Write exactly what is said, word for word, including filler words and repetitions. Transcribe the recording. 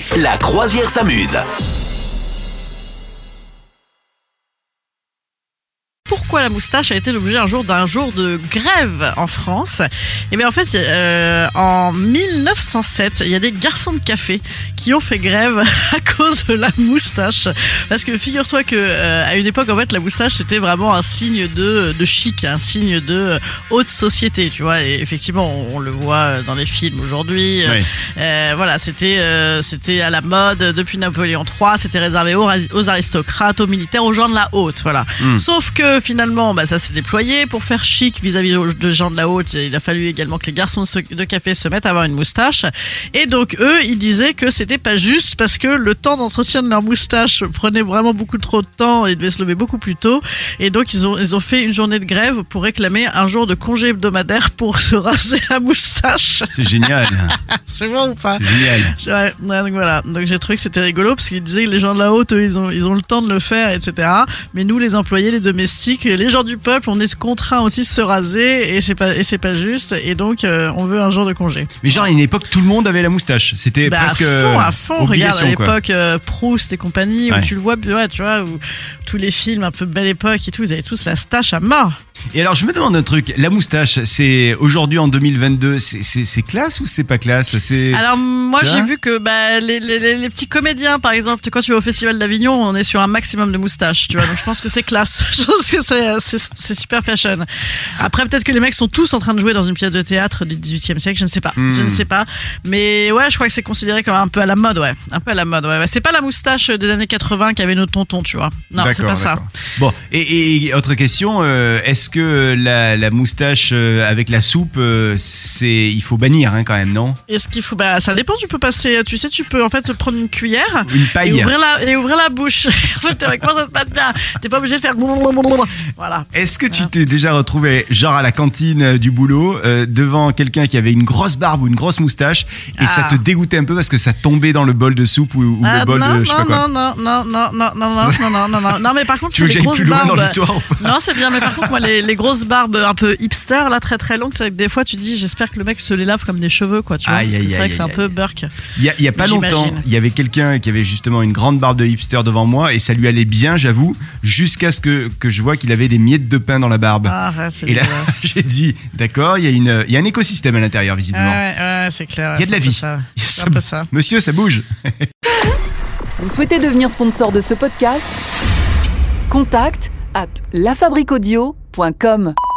La croisière s'amuse. Pourquoi la moustache a été l'objet un jour d'un jour de grève en France? Et bien en fait, euh, en mille neuf cent sept, il y a des garçons de café qui ont fait grève à cause de la moustache. Parce que figure-toi que euh, à une époque, en fait, la moustache c'était vraiment un signe de de chic, un signe de haute société, tu vois. Et effectivement, on, on le voit dans les films aujourd'hui. Oui. Euh, voilà, c'était euh, c'était à la mode depuis Napoléon trois. C'était réservé aux, aux aristocrates, aux militaires, aux gens de la haute. Voilà. Mm. Sauf que finalement, bah, ça s'est déployé pour faire chic vis-à-vis de gens de la haute. Il a fallu également que les garçons de café se mettent à avoir une moustache. Et donc, eux, ils disaient que c'était pas juste parce que le temps d'entretien de leur moustache prenait vraiment beaucoup trop de temps et devaient se lever beaucoup plus tôt. Et donc, ils ont, ils ont fait une journée de grève pour réclamer un jour de congé hebdomadaire pour se raser la moustache. C'est génial. C'est bon ou pas? C'est génial. Ouais, donc voilà. Donc, j'ai trouvé que c'était rigolo parce qu'ils disaient que les gens de la haute, eux, ils ont, ils ont le temps de le faire, et cetera. Mais nous, les employés, les domestiques, les gens du peuple, on est contraints aussi de se raser et c'est pas et c'est pas juste et donc euh, on veut un jour de congé. Mais genre à une époque tout le monde avait la moustache, c'était bah, presque à fond, à fond. Regarde à l'époque quoi. Euh, Proust et compagnie ouais. où tu le vois, ouais, tu vois, où tous les films un peu belle époque et tout, ils avaient tous la stache à mort. Et alors je me demande un truc, la moustache, c'est aujourd'hui en deux mille vingt-deux, c'est, c'est, c'est classe ou c'est pas classe? C'est... Alors moi tu j'ai vois vu que bah, les, les, les, les petits comédiens par exemple, quand tu vas au Festival d'Avignon, on est sur un maximum de moustaches, tu vois, donc je pense que c'est classe, je pense que c'est, c'est, c'est super fashion. Après peut-être que les mecs sont tous en train de jouer dans une pièce de théâtre du dix-huitième siècle, je ne sais pas, mmh. je ne sais pas, mais ouais je crois que c'est considéré comme un peu à la mode, ouais, un peu à la mode, ouais, ouais. C'est pas la moustache des années quatre-vingts qu'avait nos tontons, tu vois, non d'accord, c'est pas d'accord. ça. Bon, et, et autre question, euh, est-ce que la la moustache euh, avec la soupe, euh, c'est il faut bannir hein, quand même, non? Est-ce qu'il faut bah ça dépend, tu peux passer, tu sais, tu peux en fait prendre une cuillère, une paille et ouvrir la et ouvrir la bouche. En fait, avec moi ça se passe bien. T'es pas obligé de faire voilà. Est-ce que tu t'es déjà retrouvé genre à la cantine du boulot euh, devant quelqu'un qui avait une grosse barbe ou une grosse moustache et ah. ça te dégoûtait un peu parce que ça tombait dans le bol de soupe ou, ou ah, le bol non, de je sais pas quoi? Non non non non non non non non non non non mais par contre tu veux c'est que les j'aille grosses plus loin barbes. Dans l'histoire ou pas? Non c'est bien, mais par contre moi les, les grosses barbes un peu hipster là très très longues, c'est que des fois tu te dis j'espère que le mec se les lave comme des cheveux quoi, tu vois, aïe, parce que aïe, c'est vrai aïe, que c'est aïe, un peu burk. Il y a, il y a pas j'imagine. longtemps il y avait quelqu'un qui avait justement une grande barbe de hipster devant moi et ça lui allait bien j'avoue jusqu'à ce que, que je vois qu'il avait des miettes de pain dans la barbe. Ah, ouais, c'est et là j'ai dit d'accord, il y a une il y a un écosystème à l'intérieur visiblement. Ouais, ouais c'est clair. Il y a de la vie. Ça. C'est un peu ça. Monsieur ça bouge. Vous souhaitez devenir sponsor de ce podcast? Contact at lafabriquaudio point com.